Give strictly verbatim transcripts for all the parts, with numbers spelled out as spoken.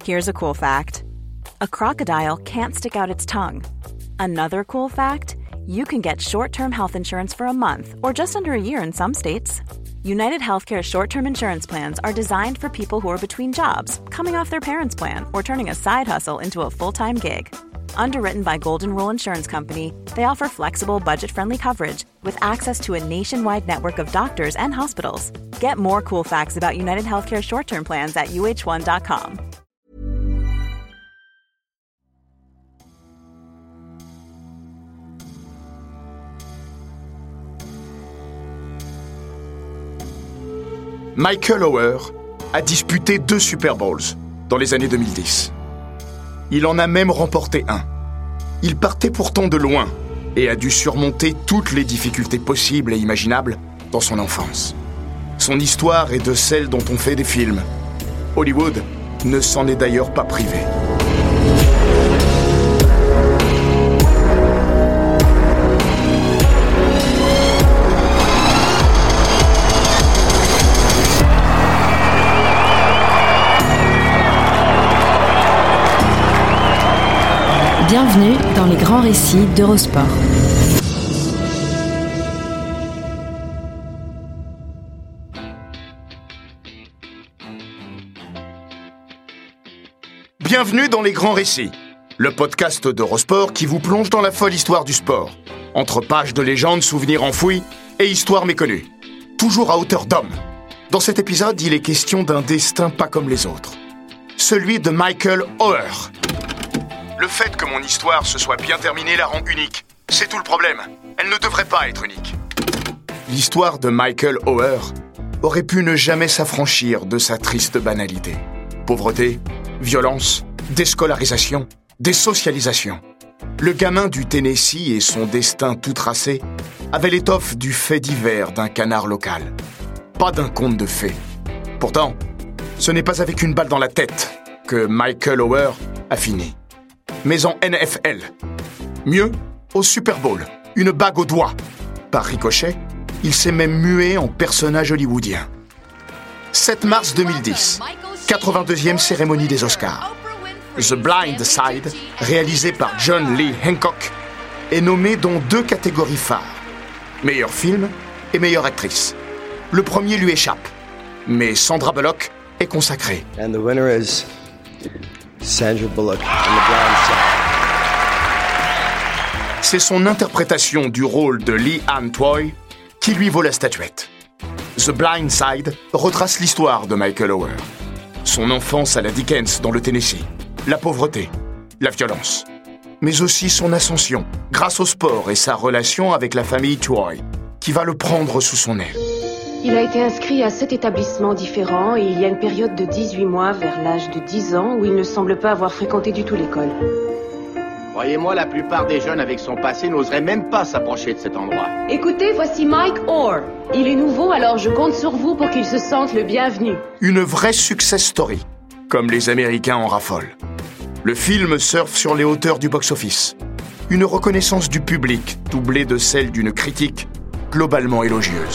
Here's a cool fact. A crocodile can't stick out its tongue. Another cool fact, you can get short-term health insurance for a month or just under a year in some states. United Healthcare short-term insurance plans are designed for people who are between jobs, coming off their parents' plan, or turning a side hustle into a full-time gig. Underwritten by Golden Rule Insurance Company, they offer flexible, budget-friendly coverage with access to a nationwide network of doctors and hospitals. Get more cool facts about United Healthcare short-term plans at U H one dot com. Michael Oher a disputé deux Super Bowls dans les années deux mille dix. Il en a même remporté un. Il partait pourtant de loin et a dû surmonter toutes les difficultés possibles et imaginables dans son enfance. Son histoire est de celles dont on fait des films. Hollywood ne s'en est d'ailleurs pas privé. Bienvenue dans les grands récits d'Eurosport. Bienvenue dans les grands récits, le podcast d'Eurosport qui vous plonge dans la folle histoire du sport, entre pages de légendes, souvenirs enfouis et histoires méconnues, toujours à hauteur d'homme. Dans cet épisode, il est question d'un destin pas comme les autres, celui de Michael Oher. Le fait que mon histoire se soit bien terminée la rend unique. C'est tout le problème. Elle ne devrait pas être unique. L'histoire de Michael Oher aurait pu ne jamais s'affranchir de sa triste banalité. Pauvreté, violence, déscolarisation, désocialisation. Le gamin du Tennessee et son destin tout tracé avaient l'étoffe du fait divers d'un canard local. Pas d'un conte de fées. Pourtant, ce n'est pas avec une balle dans la tête que Michael Oher a fini. Mais en N F L. Mieux, au Super Bowl, une bague au doigt. Par ricochet, il s'est même mué en personnage hollywoodien. sept mars deux mille dix, quatre-vingt-deuxième cérémonie des Oscars. The Blind Side, réalisé par John Lee Hancock, est nommé dans deux catégories phares. Meilleur film et meilleure actrice. Le premier lui échappe, mais Sandra Bullock est consacrée. And the winner is Sandra Bullock on The Blind Side. C'est son interprétation du rôle de Lee Ann Toy qui lui vaut la statuette. The Blind Side retrace l'histoire de Michael Oher. Son enfance à la Dickens dans le Tennessee, la pauvreté, la violence, mais aussi son ascension grâce au sport et sa relation avec la famille Toy, qui va le prendre sous son aile. Il a été inscrit à sept établissements différents et il y a une période de dix-huit mois vers l'âge de dix ans où il ne semble pas avoir fréquenté du tout l'école. Croyez-moi, la plupart des jeunes avec son passé n'oseraient même pas s'approcher de cet endroit. Écoutez, voici Mike Oher. Il est nouveau, alors je compte sur vous pour qu'il se sente le bienvenu. Une vraie success story, comme les Américains en raffolent. Le film surfe sur les hauteurs du box-office. Une reconnaissance du public, doublée de celle d'une critique globalement élogieuse.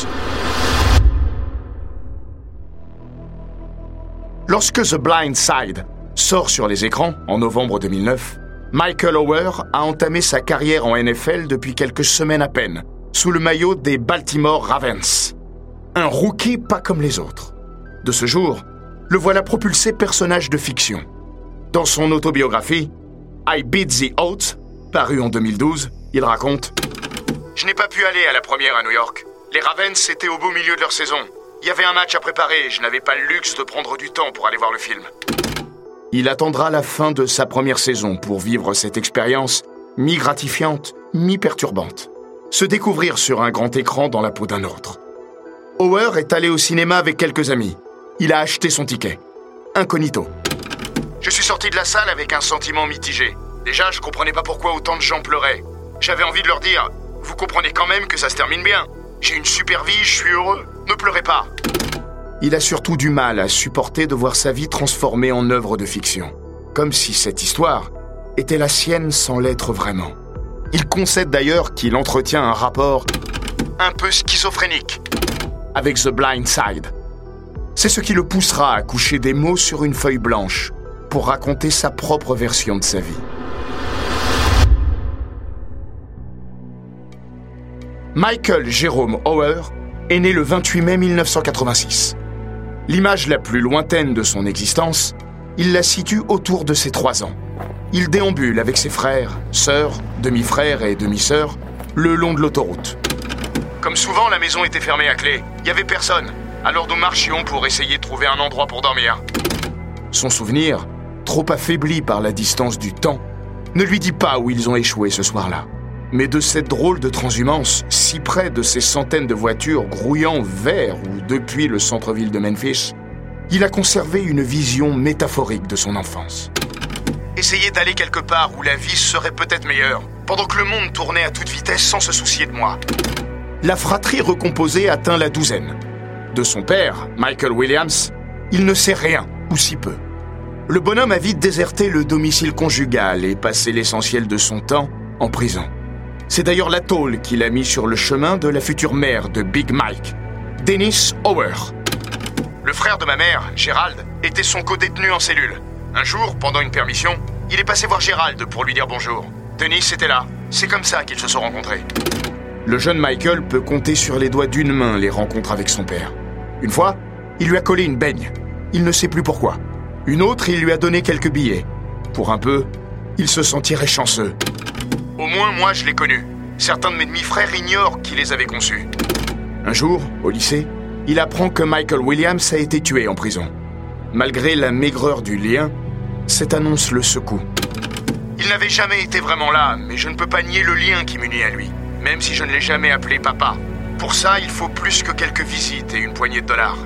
Lorsque The Blind Side sort sur les écrans en novembre deux mille neuf, Michael Oher a entamé sa carrière en N F L depuis quelques semaines à peine, sous le maillot des Baltimore Ravens. Un rookie pas comme les autres. De ce jour, le voilà propulsé personnage de fiction. Dans son autobiographie, I Beat the Odds, paru en deux mille douze, il raconte « Je n'ai pas pu aller à la première à New York. Les Ravens étaient au beau milieu de leur saison. Il y avait un match à préparer et je n'avais pas le luxe de prendre du temps pour aller voir le film. » Il attendra la fin de sa première saison pour vivre cette expérience mi-gratifiante, mi-perturbante. Se découvrir sur un grand écran dans la peau d'un autre. Oher est allé au cinéma avec quelques amis. Il a acheté son ticket. Incognito. Je suis sorti de la salle avec un sentiment mitigé. Déjà, je comprenais pas pourquoi autant de gens pleuraient. J'avais envie de leur dire « Vous comprenez quand même que ça se termine bien. J'ai une super vie, je suis heureux. Ne pleurez pas. » Il a surtout du mal à supporter de voir sa vie transformée en œuvre de fiction. Comme si cette histoire était la sienne sans l'être vraiment. Il concède d'ailleurs qu'il entretient un rapport un peu schizophrénique avec The Blind Side. C'est ce qui le poussera à coucher des mots sur une feuille blanche pour raconter sa propre version de sa vie. Michael Jerome Oher est né le vingt-huit mai mille neuf cent quatre-vingt-six. L'image la plus lointaine de son existence, il la situe autour de ses trois ans. Il déambule avec ses frères, sœurs, demi-frères et demi-sœurs le long de l'autoroute. Comme souvent, la maison était fermée à clé. Il n'y avait personne. Alors nous marchions pour essayer de trouver un endroit pour dormir. Son souvenir, trop affaibli par la distance du temps, ne lui dit pas où ils ont échoué ce soir-là. Mais de cette drôle de transhumance, si près de ces centaines de voitures grouillant vers ou depuis le centre-ville de Memphis, il a conservé une vision métaphorique de son enfance. Essayer d'aller quelque part où la vie serait peut-être meilleure, pendant que le monde tournait à toute vitesse sans se soucier de moi. La fratrie recomposée atteint la douzaine. De son père, Michael Williams, il ne sait rien, ou si peu. Le bonhomme a vite déserté le domicile conjugal et passé l'essentiel de son temps en prison. C'est d'ailleurs la tôle qui l'a mis sur le chemin de la future mère de Big Mike, Dennis Oher. Le frère de ma mère, Gérald, était son codétenu en cellule. Un jour, pendant une permission, il est passé voir Gérald pour lui dire bonjour. Dennis était là. C'est comme ça qu'ils se sont rencontrés. Le jeune Michael peut compter sur les doigts d'une main les rencontres avec son père. Une fois, il lui a collé une baigne. Il ne sait plus pourquoi. Une autre, il lui a donné quelques billets. Pour un peu, il se sentirait chanceux. Au moins, moi, je l'ai connu. Certains de mes demi-frères ignorent qui les avait conçus. Un jour, au lycée, il apprend que Michael Williams a été tué en prison. Malgré la maigreur du lien, cette annonce le secoue. Il n'avait jamais été vraiment là, mais je ne peux pas nier le lien qui m'unit à lui, même si je ne l'ai jamais appelé papa. Pour ça, il faut plus que quelques visites et une poignée de dollars.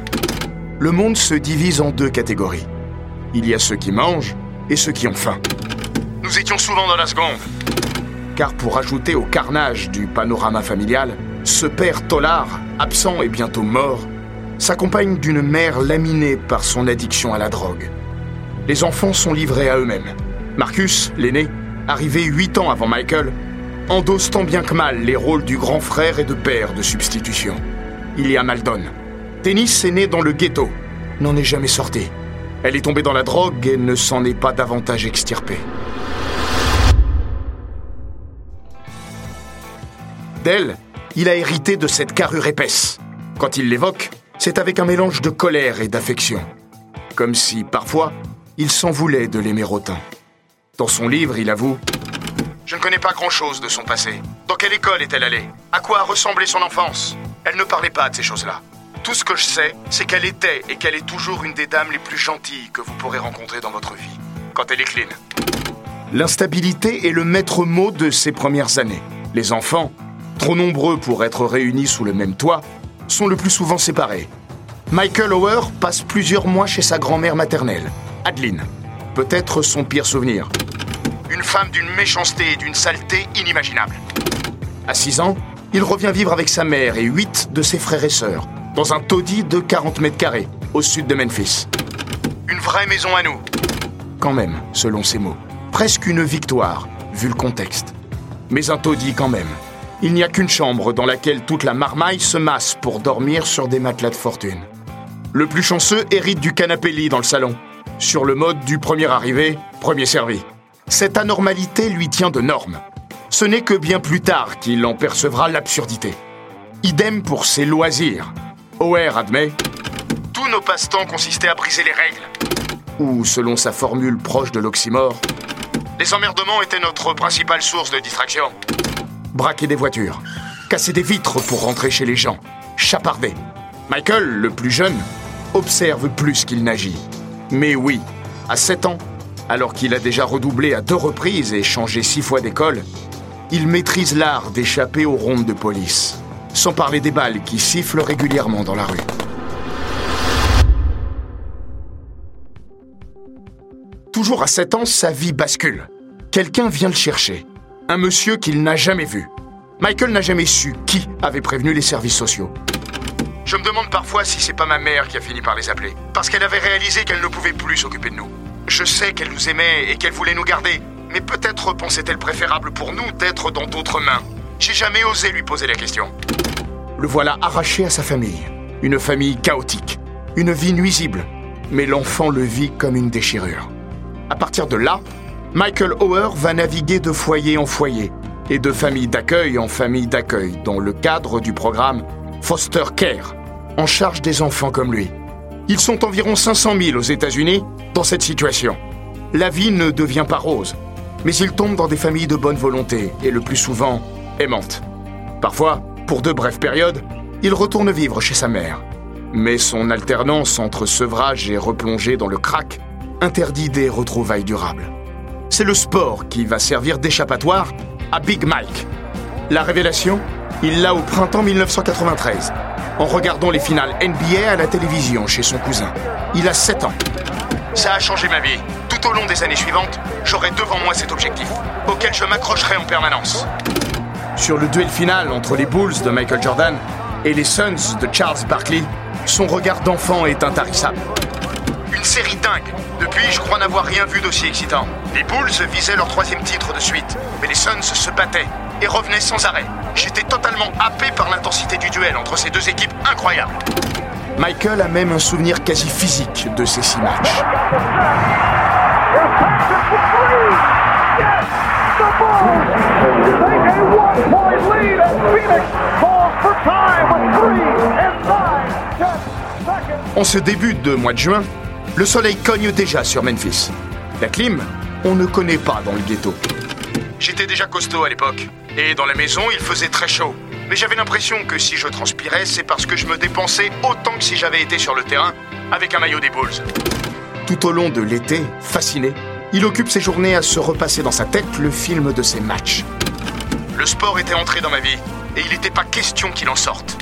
Le monde se divise en deux catégories. Il y a ceux qui mangent et ceux qui ont faim. Nous étions souvent dans la seconde. Car pour ajouter au carnage du panorama familial, ce père tolard, absent et bientôt mort, s'accompagne d'une mère laminée par son addiction à la drogue. Les enfants sont livrés à eux-mêmes. Marcus, l'aîné, arrivé huit ans avant Michael, endosse tant bien que mal les rôles du grand frère et de père de substitution. Il y a Maldon. Dennis est né dans le ghetto, n'en est jamais sorti. Elle est tombée dans la drogue et ne s'en est pas davantage extirpée. D'elle, il a hérité de cette carrure épaisse. Quand il l'évoque, c'est avec un mélange de colère et d'affection. Comme si, parfois, il s'en voulait de l'aimer autant. Dans son livre, il avoue « Je ne connais pas grand-chose de son passé. Dans quelle école est-elle allée? À quoi a ressemblé son enfance? Elle ne parlait pas de ces choses-là. Tout ce que je sais, c'est qu'elle était et qu'elle est toujours une des dames les plus gentilles que vous pourrez rencontrer dans votre vie, quand elle est clean. » L'instabilité est le maître mot de ses premières années. Les enfants, trop nombreux pour être réunis sous le même toit, sont le plus souvent séparés. Michael Oher passe plusieurs mois chez sa grand-mère maternelle, Adeline. Peut-être son pire souvenir. Une femme d'une méchanceté et d'une saleté inimaginables. À six ans, il revient vivre avec sa mère et huit de ses frères et sœurs, dans un taudis de quarante mètres carrés, au sud de Memphis. Une vraie maison à nous. Quand même, selon ses mots. Presque une victoire, vu le contexte. Mais un taudis quand même. Il n'y a qu'une chambre dans laquelle toute la marmaille se masse pour dormir sur des matelas de fortune. Le plus chanceux hérite du canapé-lit dans le salon, sur le mode du premier arrivé, premier servi. Cette anormalité lui tient de norme. Ce n'est que bien plus tard qu'il en percevra l'absurdité. Idem pour ses loisirs. Oher admet « Tous nos passe-temps consistaient à briser les règles. » Ou, selon sa formule proche de l'oxymore, « Les emmerdements étaient notre principale source de distraction. » Braquer des voitures, casser des vitres pour rentrer chez les gens, chaparder. Michael, le plus jeune, observe plus qu'il n'agit. Mais oui, à sept ans, alors qu'il a déjà redoublé à deux reprises et changé six fois d'école, il maîtrise l'art d'échapper aux rondes de police, sans parler des balles qui sifflent régulièrement dans la rue. Toujours à sept ans, sa vie bascule. Quelqu'un vient le chercher. Un monsieur qu'il n'a jamais vu. Michael n'a jamais su qui avait prévenu les services sociaux. Je me demande parfois si c'est pas ma mère qui a fini par les appeler, parce qu'elle avait réalisé qu'elle ne pouvait plus s'occuper de nous. Je sais qu'elle nous aimait et qu'elle voulait nous garder, mais peut-être pensait-elle préférable pour nous d'être dans d'autres mains. J'ai jamais osé lui poser la question. Le voilà arraché à sa famille. Une famille chaotique, une vie nuisible, mais l'enfant le vit comme une déchirure. À partir de là, Michael Oher va naviguer de foyer en foyer et de famille d'accueil en famille d'accueil dans le cadre du programme Foster Care, en charge des enfants comme lui. Ils sont environ cinq cent mille aux États-Unis dans cette situation. La vie ne devient pas rose, mais il tombe dans des familles de bonne volonté et le plus souvent aimantes. Parfois, pour de brèves périodes, il retourne vivre chez sa mère. Mais son alternance entre sevrage et replongée dans le crack interdit des retrouvailles durables. C'est le sport qui va servir d'échappatoire à Big Mike. La révélation, il l'a au printemps dix-neuf cent quatre-vingt-treize, en regardant les finales N B A à la télévision chez son cousin. Il a sept ans. Ça a changé ma vie. Tout au long des années suivantes, j'aurai devant moi cet objectif, auquel je m'accrocherai en permanence. Sur le duel final entre les Bulls de Michael Jordan et les Suns de Charles Barkley, son regard d'enfant est intarissable. Une série dingue. Depuis, je crois n'avoir rien vu d'aussi excitant. Les Bulls visaient leur troisième titre de suite, mais les Suns se battaient et revenaient sans arrêt. J'étais totalement happé par l'intensité du duel entre ces deux équipes incroyables. Michael a même un souvenir quasi physique de ces six matchs. En ce début de mois de juin, le soleil cogne déjà sur Memphis. La clim, on ne connaît pas dans le ghetto. J'étais déjà costaud à l'époque, et dans la maison, il faisait très chaud. Mais j'avais l'impression que si je transpirais, c'est parce que je me dépensais autant que si j'avais été sur le terrain avec un maillot des Bulls. Tout au long de l'été, fasciné, il occupe ses journées à se repasser dans sa tête le film de ses matchs. Le sport était entré dans ma vie, et il n'était pas question qu'il en sorte.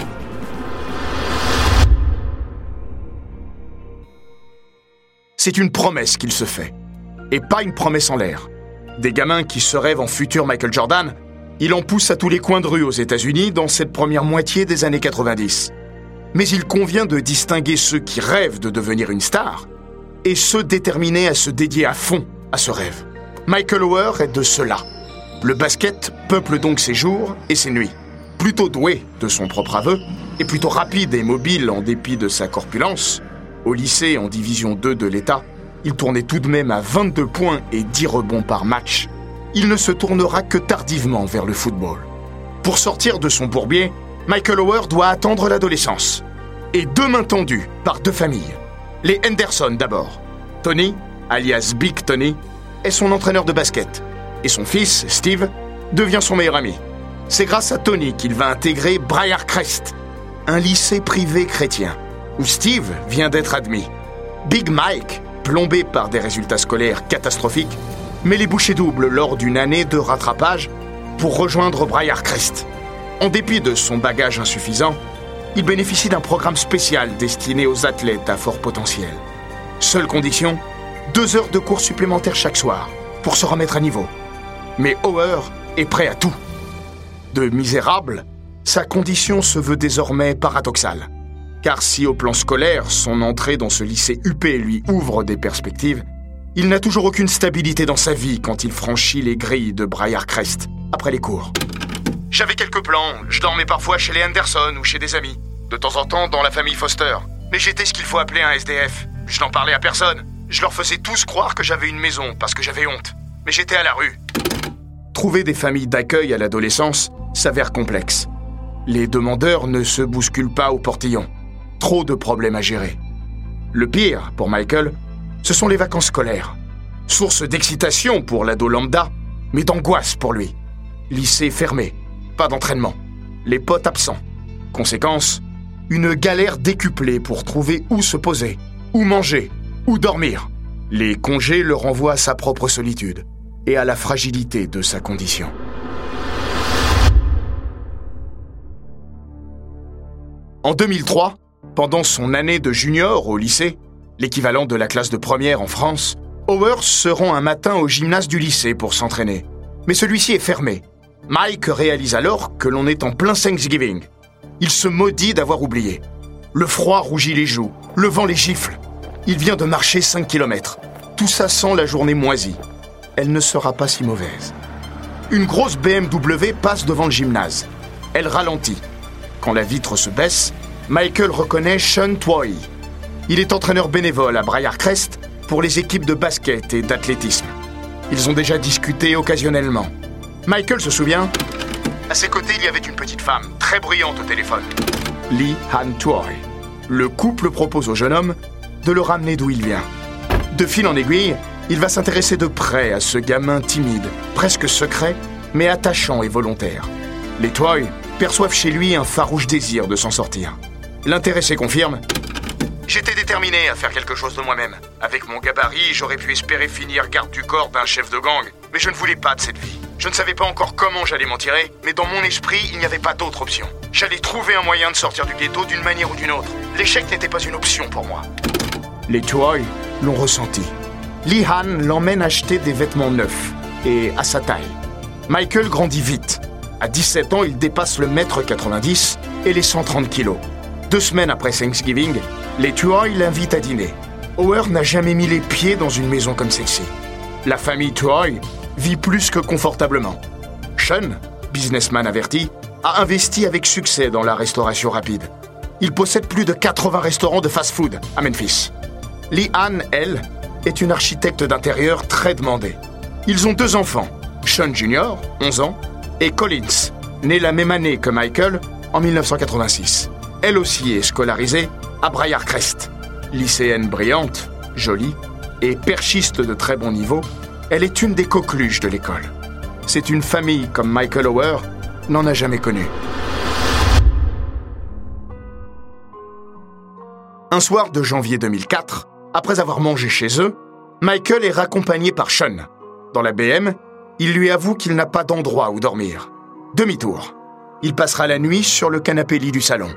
C'est une promesse qu'il se fait, et pas une promesse en l'air. Des gamins qui se rêvent en futur Michael Jordan, il en pousse à tous les coins de rue aux États-Unis dans cette première moitié des années quatre-vingt-dix. Mais il convient de distinguer ceux qui rêvent de devenir une star et ceux déterminés à se dédier à fond à ce rêve. Michael Oher est de ceux-là. Le basket peuple donc ses jours et ses nuits. Plutôt doué de son propre aveu, et plutôt rapide et mobile en dépit de sa corpulence, au lycée en division deux de l'État, il tournait tout de même à vingt-deux points et dix rebonds par match. Il ne se tournera que tardivement vers le football. Pour sortir de son bourbier, Michael Oher doit attendre l'adolescence. Et deux mains tendues par deux familles. Les Henderson d'abord. Tony, alias Big Tony, est son entraîneur de basket. Et son fils, Steve, devient son meilleur ami. C'est grâce à Tony qu'il va intégrer Briarcrest, un lycée privé chrétien, où Steve vient d'être admis. Big Mike, plombé par des résultats scolaires catastrophiques, met les bouchées doubles lors d'une année de rattrapage pour rejoindre Briarcrest. En dépit de son bagage insuffisant, il bénéficie d'un programme spécial destiné aux athlètes à fort potentiel. Seule condition, deux heures de cours supplémentaires chaque soir pour se remettre à niveau. Mais Oher est prêt à tout. De misérable, sa condition se veut désormais paradoxale. Car si au plan scolaire, son entrée dans ce lycée huppé lui ouvre des perspectives, il n'a toujours aucune stabilité dans sa vie quand il franchit les grilles de Briarcrest après les cours. J'avais quelques plans, je dormais parfois chez les Henderson ou chez des amis, de temps en temps dans la famille Foster, mais j'étais ce qu'il faut appeler un S D F. Je n'en parlais à personne, je leur faisais tous croire que j'avais une maison parce que j'avais honte, mais j'étais à la rue. Trouver des familles d'accueil à l'adolescence s'avère complexe. Les demandeurs ne se bousculent pas au portillon. Trop de problèmes à gérer. Le pire, pour Michael, ce sont les vacances scolaires. Source d'excitation pour l'ado lambda, mais d'angoisse pour lui. Lycée fermé, pas d'entraînement, les potes absents. Conséquence, une galère décuplée pour trouver où se poser, où manger, où dormir. Les congés le renvoient à sa propre solitude et à la fragilité de sa condition. En deux mille trois, pendant son année de junior au lycée, l'équivalent de la classe de première en France, Oher se rend un matin au gymnase du lycée pour s'entraîner. Mais celui-ci est fermé. Mike réalise alors que l'on est en plein Thanksgiving. Il se maudit d'avoir oublié. Le froid rougit les joues, le vent les gifle. Il vient de marcher cinq kilomètres. Tout ça sent la journée moisie. Elle ne sera pas si mauvaise. Une grosse B M W passe devant le gymnase. Elle ralentit. Quand la vitre se baisse, Michael reconnaît Sean Twoi. Il est entraîneur bénévole à Briarcrest pour les équipes de basket et d'athlétisme. Ils ont déjà discuté occasionnellement. Michael se souvient, à ses côtés, il y avait une petite femme, très bruyante au téléphone. Lee Han-Toy. Le couple propose au jeune homme de le ramener d'où il vient. De fil en aiguille, il va s'intéresser de près à ce gamin timide, presque secret, mais attachant et volontaire. Les Toy perçoivent chez lui un farouche désir de s'en sortir. L'intéressé confirme « J'étais déterminé à faire quelque chose de moi-même. Avec mon gabarit, j'aurais pu espérer finir garde du corps d'un chef de gang, mais je ne voulais pas de cette vie. Je ne savais pas encore comment j'allais m'en tirer, mais dans mon esprit, il n'y avait pas d'autre option. J'allais trouver un moyen de sortir du ghetto d'une manière ou d'une autre. L'échec n'était pas une option pour moi. » Les Toy l'ont ressenti. Lee Han l'emmène acheter des vêtements neufs et à sa taille. Michael grandit vite. À dix-sept ans, il dépasse le mètre quatre-vingt-dix et les cent trente kilos. Deux semaines après Thanksgiving, les Toy l'invitent à dîner. Howard n'a jamais mis les pieds dans une maison comme celle-ci. La famille Toy vit plus que confortablement. Sean, businessman averti, a investi avec succès dans la restauration rapide. Il possède plus de quatre-vingts restaurants de fast-food à Memphis. Lee Han, elle, est une architecte d'intérieur très demandée. Ils ont deux enfants, Sean junior, onze ans, et Collins, né la même année que Michael, en dix-neuf cent quatre-vingt-six. Elle aussi est scolarisée à Briarcrest. Lycéenne brillante, jolie et perchiste de très bon niveau, elle est une des coqueluches de l'école. C'est une famille comme Michael Howard n'en a jamais connue. Un soir de janvier deux mille quatre, après avoir mangé chez eux, Michael est raccompagné par Sean. Dans la B M, il lui avoue qu'il n'a pas d'endroit où dormir. Demi-tour. Il passera la nuit sur le canapé-lit du salon.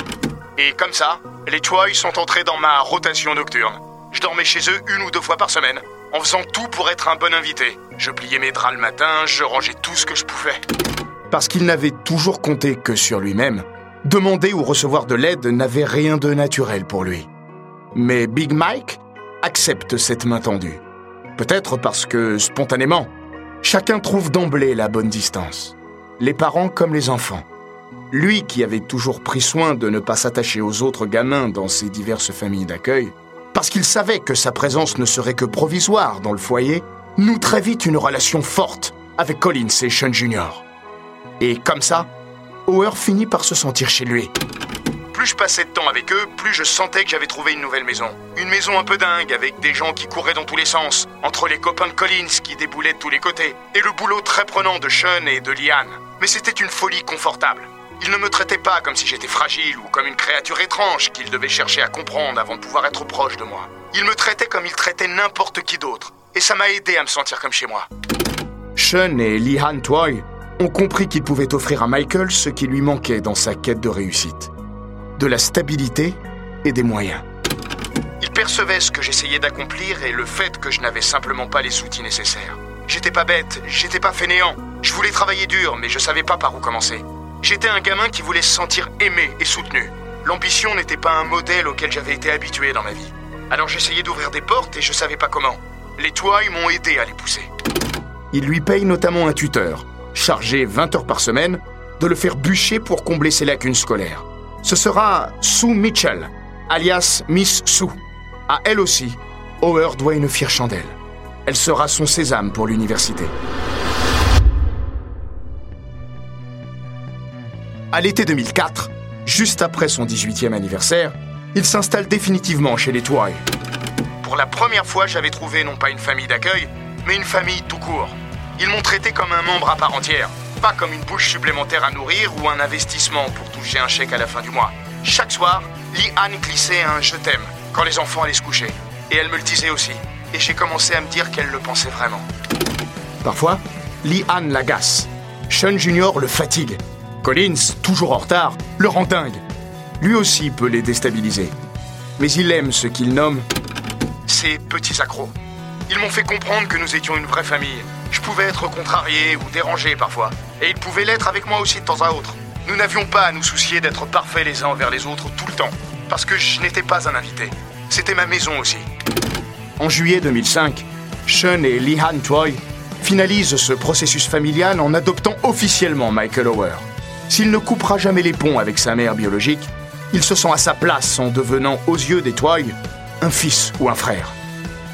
Et comme ça, les Toy sont entrés dans ma rotation nocturne. Je dormais chez eux une ou deux fois par semaine, en faisant tout pour être un bon invité. Je pliais mes draps le matin, je rangeais tout ce que je pouvais. Parce qu'il n'avait toujours compté que sur lui-même, demander ou recevoir de l'aide n'avait rien de naturel pour lui. Mais Big Mike accepte cette main tendue. Peut-être parce que, spontanément, chacun trouve d'emblée la bonne distance. Les parents comme les enfants. Lui qui avait toujours pris soin de ne pas s'attacher aux autres gamins dans ses diverses familles d'accueil, parce qu'il savait que sa présence ne serait que provisoire dans le foyer, noue très vite une relation forte avec Collins et Sean junior Et comme ça, Howard finit par se sentir chez lui. Plus je passais de temps avec eux, plus je sentais que j'avais trouvé une nouvelle maison. Une maison un peu dingue, avec des gens qui couraient dans tous les sens, entre les copains de Collins qui déboulaient de tous les côtés, et le boulot très prenant de Sean et de Lee Han. Mais c'était une folie confortable. Ils ne me traitaient pas comme si j'étais fragile ou comme une créature étrange qu'ils devaient chercher à comprendre avant de pouvoir être proche de moi. Ils me traitaient comme ils traitaient n'importe qui d'autre, et ça m'a aidé à me sentir comme chez moi. Sean et Lee Han Toy ont compris qu'ils pouvaient offrir à Michael ce qui lui manquait dans sa quête de réussite. De la stabilité et des moyens. Ils percevaient ce que j'essayais d'accomplir et le fait que je n'avais simplement pas les outils nécessaires. J'étais pas bête, j'étais pas fainéant. Je voulais travailler dur, mais je savais pas par où commencer. J'étais un gamin qui voulait se sentir aimé et soutenu. L'ambition n'était pas un modèle auquel j'avais été habitué dans ma vie. Alors j'essayais d'ouvrir des portes et je savais pas comment. Les Toy m'ont aidé à les pousser. Ils lui payent notamment un tuteur, chargé vingt heures par semaine, de le faire bûcher pour combler ses lacunes scolaires. Ce sera Sue Mitchell, alias Miss Sue. À elle aussi, Howard doit une fière chandelle. Elle sera son sésame pour l'université. À l'été deux mille quatre, juste après son dix-huitième anniversaire, il s'installe définitivement chez les Toy. Pour la première fois, j'avais trouvé non pas une famille d'accueil, mais une famille tout court. Ils m'ont traité comme un membre à part entière, pas comme une bouche supplémentaire à nourrir ou un investissement pour toucher un chèque à la fin du mois. Chaque soir, Lee Han glissait un « je t'aime » quand les enfants allaient se coucher. Et elle me le disait aussi. Et j'ai commencé à me dire qu'elle le pensait vraiment. Parfois, Lee Han l'agace. Sean junior le fatigue. Collins, toujours en retard, le rend dingue. Lui aussi peut les déstabiliser. Mais il aime ce qu'il nomme ses petits accros. Ils m'ont fait comprendre que nous étions une vraie famille. Je pouvais être contrarié ou dérangé parfois. Et ils pouvaient l'être avec moi aussi de temps à autre. Nous n'avions pas à nous soucier d'être parfaits les uns envers les autres tout le temps. Parce que je n'étais pas un invité. C'était ma maison aussi. En juillet deux mille cinq, Sean et Lee Han Toy finalisent ce processus familial en adoptant officiellement Michael Howard. S'il ne coupera jamais les ponts avec sa mère biologique, il se sent à sa place en devenant, aux yeux des Toy, un fils ou un frère.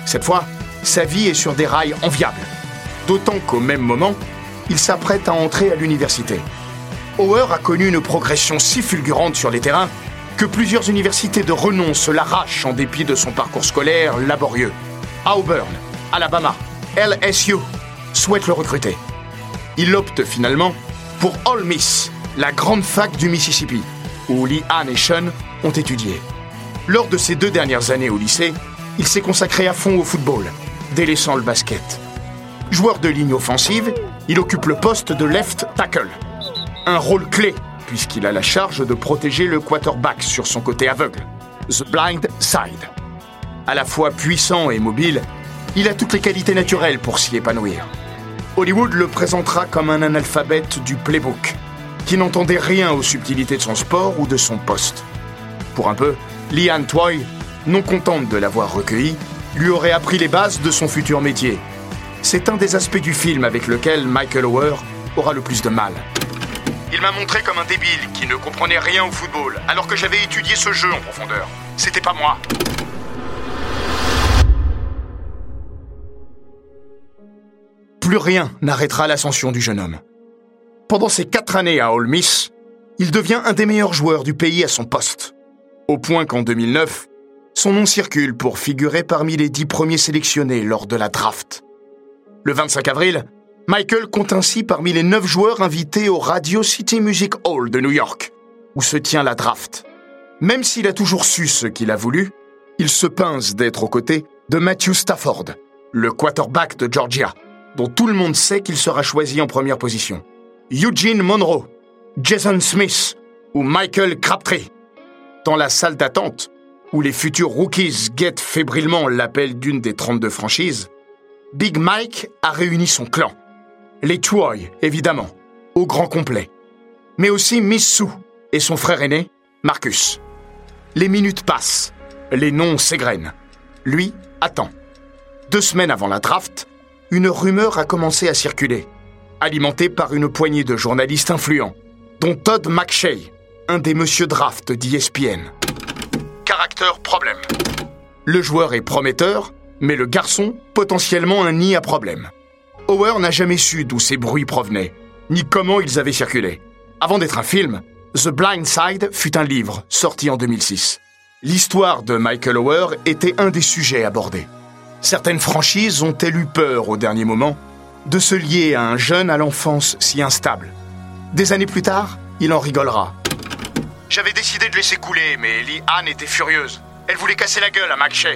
Cette fois, sa vie est sur des rails enviables. D'autant qu'au même moment, il s'apprête à entrer à l'université. Hauer a connu une progression si fulgurante sur les terrains que plusieurs universités de renom se l'arrachent en dépit de son parcours scolaire laborieux. Auburn, Alabama, L S U souhaitent le recruter. Il opte finalement pour Ole Miss, la grande fac du Mississippi, où Leanne et Sean ont étudié. Lors de ses deux dernières années au lycée, il s'est consacré à fond au football, délaissant le basket. Joueur de ligne offensive, il occupe le poste de left tackle. Un rôle clé, puisqu'il a la charge de protéger le quarterback sur son côté aveugle, the blind side. À la fois puissant et mobile, il a toutes les qualités naturelles pour s'y épanouir. Hollywood le présentera comme un analphabète du playbook, qui n'entendait rien aux subtilités de son sport ou de son poste. Pour un peu, Leanne Troy, non contente de l'avoir recueilli, lui aurait appris les bases de son futur métier. C'est un des aspects du film avec lequel Michael Oher aura le plus de mal. Il m'a montré comme un débile qui ne comprenait rien au football, alors que j'avais étudié ce jeu en profondeur. C'était pas moi. Plus rien n'arrêtera l'ascension du jeune homme. Pendant ses quatre années à Ole Miss, il devient un des meilleurs joueurs du pays à son poste. Au point qu'en deux mille neuf, son nom circule pour figurer parmi les dix premiers sélectionnés lors de la draft. Le vingt-cinq avril, Michael compte ainsi parmi les neuf joueurs invités au Radio City Music Hall de New York, où se tient la draft. Même s'il a toujours su ce qu'il a voulu, il se pince d'être aux côtés de Matthew Stafford, le quarterback de Georgia, dont tout le monde sait qu'il sera choisi en première position. Eugene Monroe, Jason Smith ou Michael Crabtree. Dans la salle d'attente, où les futurs rookies guettent fébrilement l'appel d'une des trente-deux franchises, Big Mike a réuni son clan. Les Troy, évidemment, au grand complet. Mais aussi Miss Sue et son frère aîné, Marcus. Les minutes passent, les noms s'égrènent. Lui attend. Deux semaines avant la draft, une rumeur a commencé à circuler, alimentée par une poignée de journalistes influents, dont Todd McShay, un des monsieur draft d'E S P N. Caractère problème. Le joueur est prometteur, mais le garçon, potentiellement un nid à problème. Oher n'a jamais su d'où ces bruits provenaient, ni comment ils avaient circulé. Avant d'être un film, The Blind Side fut un livre, sorti en deux mille six. L'histoire de Michael Oher était un des sujets abordés. Certaines franchises ont-elles eu peur au dernier moment de se lier à un jeune à l'enfance si instable. Des années plus tard, il en rigolera. J'avais décidé de laisser couler, mais Leanne était furieuse. Elle voulait casser la gueule à McShay.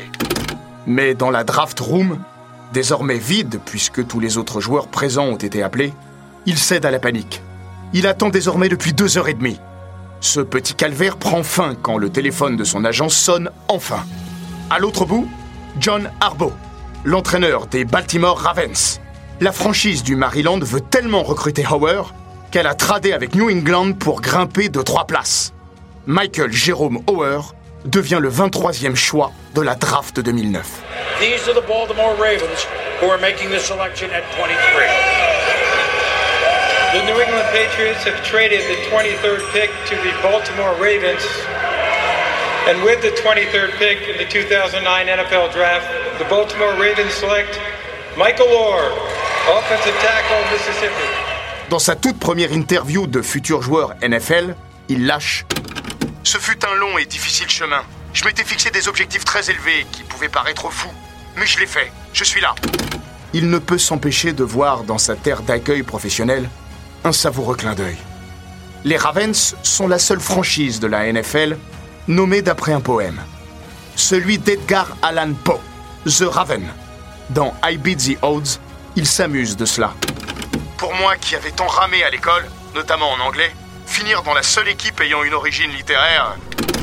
Mais dans la draft room, désormais vide puisque tous les autres joueurs présents ont été appelés, il cède à la panique. Il attend désormais depuis deux heures et demie. Ce petit calvaire prend fin quand le téléphone de son agent sonne enfin. À l'autre bout, John Harbaugh, l'entraîneur des Baltimore Ravens. La franchise du Maryland veut tellement recruter Oher qu'elle a tradé avec New England pour grimper de trois places. Michael Jerome Oher devient le vingt-troisième choix de la draft deux mille neuf. These are the Baltimore Ravens who are making the selection at twenty-three. The New England Patriots have traded the twenty-third pick to the Baltimore Ravens. And with the twenty-third pick in the two thousand nine N F L Draft, the Baltimore Ravens select Michael Oher, offensive tackle, Mississippi. Dans sa toute première interview de futur joueur N F L, il lâche « Ce fut un long et difficile chemin. Je m'étais fixé des objectifs très élevés qui pouvaient paraître fous. Mais je l'ai fait. Je suis là. » Il ne peut s'empêcher de voir dans sa terre d'accueil professionnel un savoureux clin d'œil. Les Ravens sont la seule franchise de la N F L nommée d'après un poème. Celui d'Edgar Allan Poe, The Raven. Dans I Beat the Odds, il s'amuse de cela. Pour moi qui avais tant ramé à l'école, notamment en anglais, finir dans la seule équipe ayant une origine littéraire...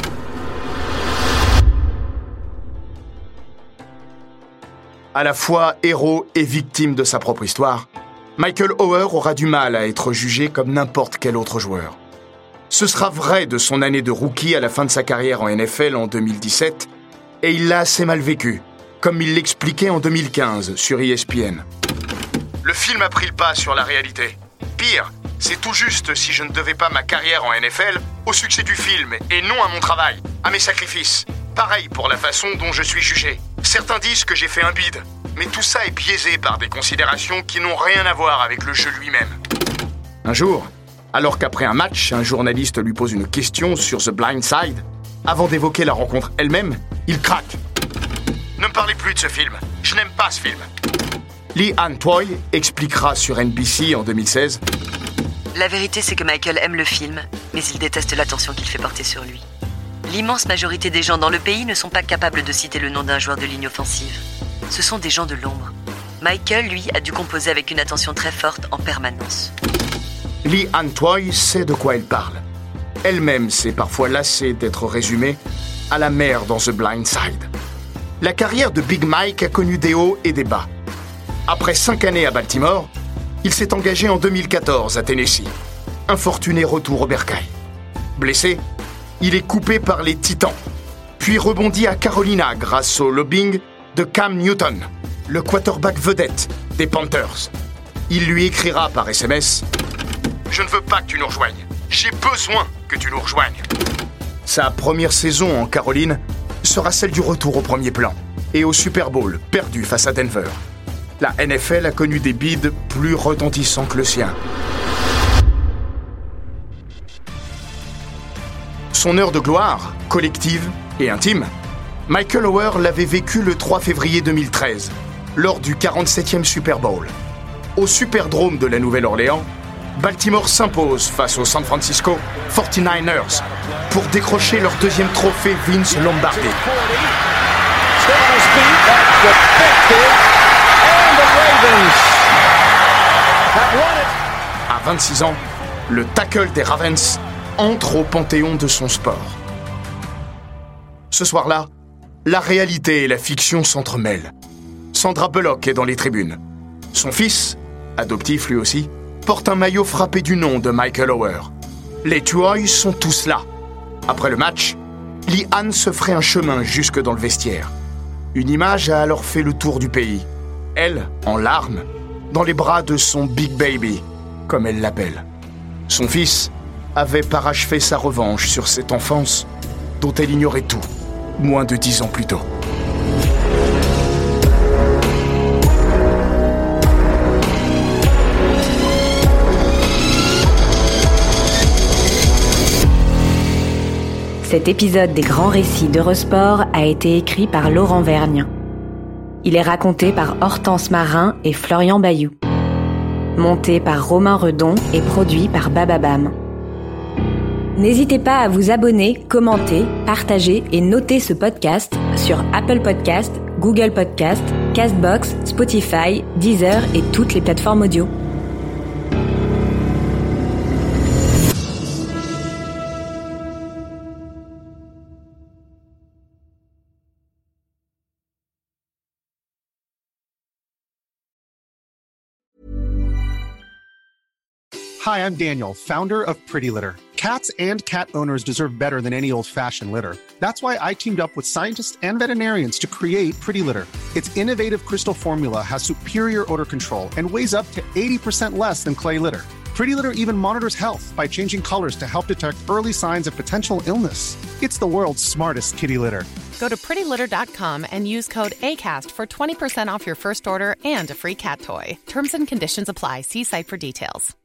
À la fois héros et victime de sa propre histoire, Michael Oher aura du mal à être jugé comme n'importe quel autre joueur. Ce sera vrai de son année de rookie à la fin de sa carrière en N F L en deux mille dix-sept, et il l'a assez mal vécu, comme il l'expliquait en deux mille quinze sur E S P N. Le film a pris le pas sur la réalité. Pire, c'est tout juste si je ne devais pas ma carrière en N F L au succès du film et non à mon travail, à mes sacrifices. Pareil pour la façon dont je suis jugé. Certains disent que j'ai fait un bide, mais tout ça est biaisé par des considérations qui n'ont rien à voir avec le jeu lui-même. Un jour, alors qu'après un match, un journaliste lui pose une question sur The Blind Side, avant d'évoquer la rencontre elle-même, il craque. Ne me parlez plus de ce film, je n'aime pas ce film. Leigh-Anne Choi expliquera sur N B C en deux mille seize. La vérité, c'est que Michael aime le film, mais il déteste l'attention qu'il fait porter sur lui. L'immense majorité des gens dans le pays ne sont pas capables de citer le nom d'un joueur de ligne offensive. Ce sont des gens de l'ombre. Michael, lui, a dû composer avec une attention très forte en permanence. Leigh-Anne Choi sait de quoi elle parle. Elle-même s'est parfois lassée d'être résumée à la mère dans The Blind Side. La carrière de Big Mike a connu des hauts et des bas. Après cinq années à Baltimore, il s'est engagé en deux mille quatorze à Tennessee. Infortuné retour au bercail. Blessé, il est coupé par les Titans, puis rebondit à Carolina grâce au lobbying de Cam Newton, le quarterback vedette des Panthers. Il lui écrira par S M S « Je ne veux pas que tu nous rejoignes. J'ai besoin que tu nous rejoignes. » Sa première saison en Caroline sera celle du retour au premier plan et au Super Bowl perdu face à Denver. La N F L a connu des bids plus retentissants que le sien. Son heure de gloire, collective et intime, Michael Oher l'avait vécu le trois février deux mille treize, lors du quarante-septième Super Bowl. Au Superdome de la Nouvelle-Orléans, Baltimore s'impose face aux San Francisco forty-niners pour décrocher leur deuxième trophée Vince Lombardi. À vingt-six ans, le tackle des Ravens entre au panthéon de son sport. Ce soir-là, la réalité et la fiction s'entremêlent. Sandra Bullock est dans les tribunes. Son fils, adoptif lui aussi, porte un maillot frappé du nom de Michael Oher. Les Choi sont tous là. Après le match, Leigh-Anne se ferait un chemin jusque dans le vestiaire. Une image a alors fait le tour du pays. Elle, en larmes, dans les bras de son Big Baby, comme elle l'appelle. Son fils avait parachevé sa revanche sur cette enfance dont elle ignorait tout, moins de dix ans plus tôt. Cet épisode des grands récits d'Eurosport a été écrit par Laurent Vergne. Il est raconté par Hortense Marin et Florian Bayou. Monté par Romain Redon et produit par Bababam. N'hésitez pas à vous abonner, commenter, partager et noter ce podcast sur Apple Podcasts, Google Podcasts, Castbox, Spotify, Deezer et toutes les plateformes audio. Hi, I'm Daniel, founder of Pretty Litter. Cats and cat owners deserve better than any old-fashioned litter. That's why I teamed up with scientists and veterinarians to create Pretty Litter. Its innovative crystal formula has superior odor control and weighs up to eighty percent less than clay litter. Pretty Litter even monitors health by changing colors to help detect early signs of potential illness. It's the world's smartest kitty litter. Go to pretty litter dot com and use code ACAST for twenty percent off your first order and a free cat toy. Terms and conditions apply. See site for details.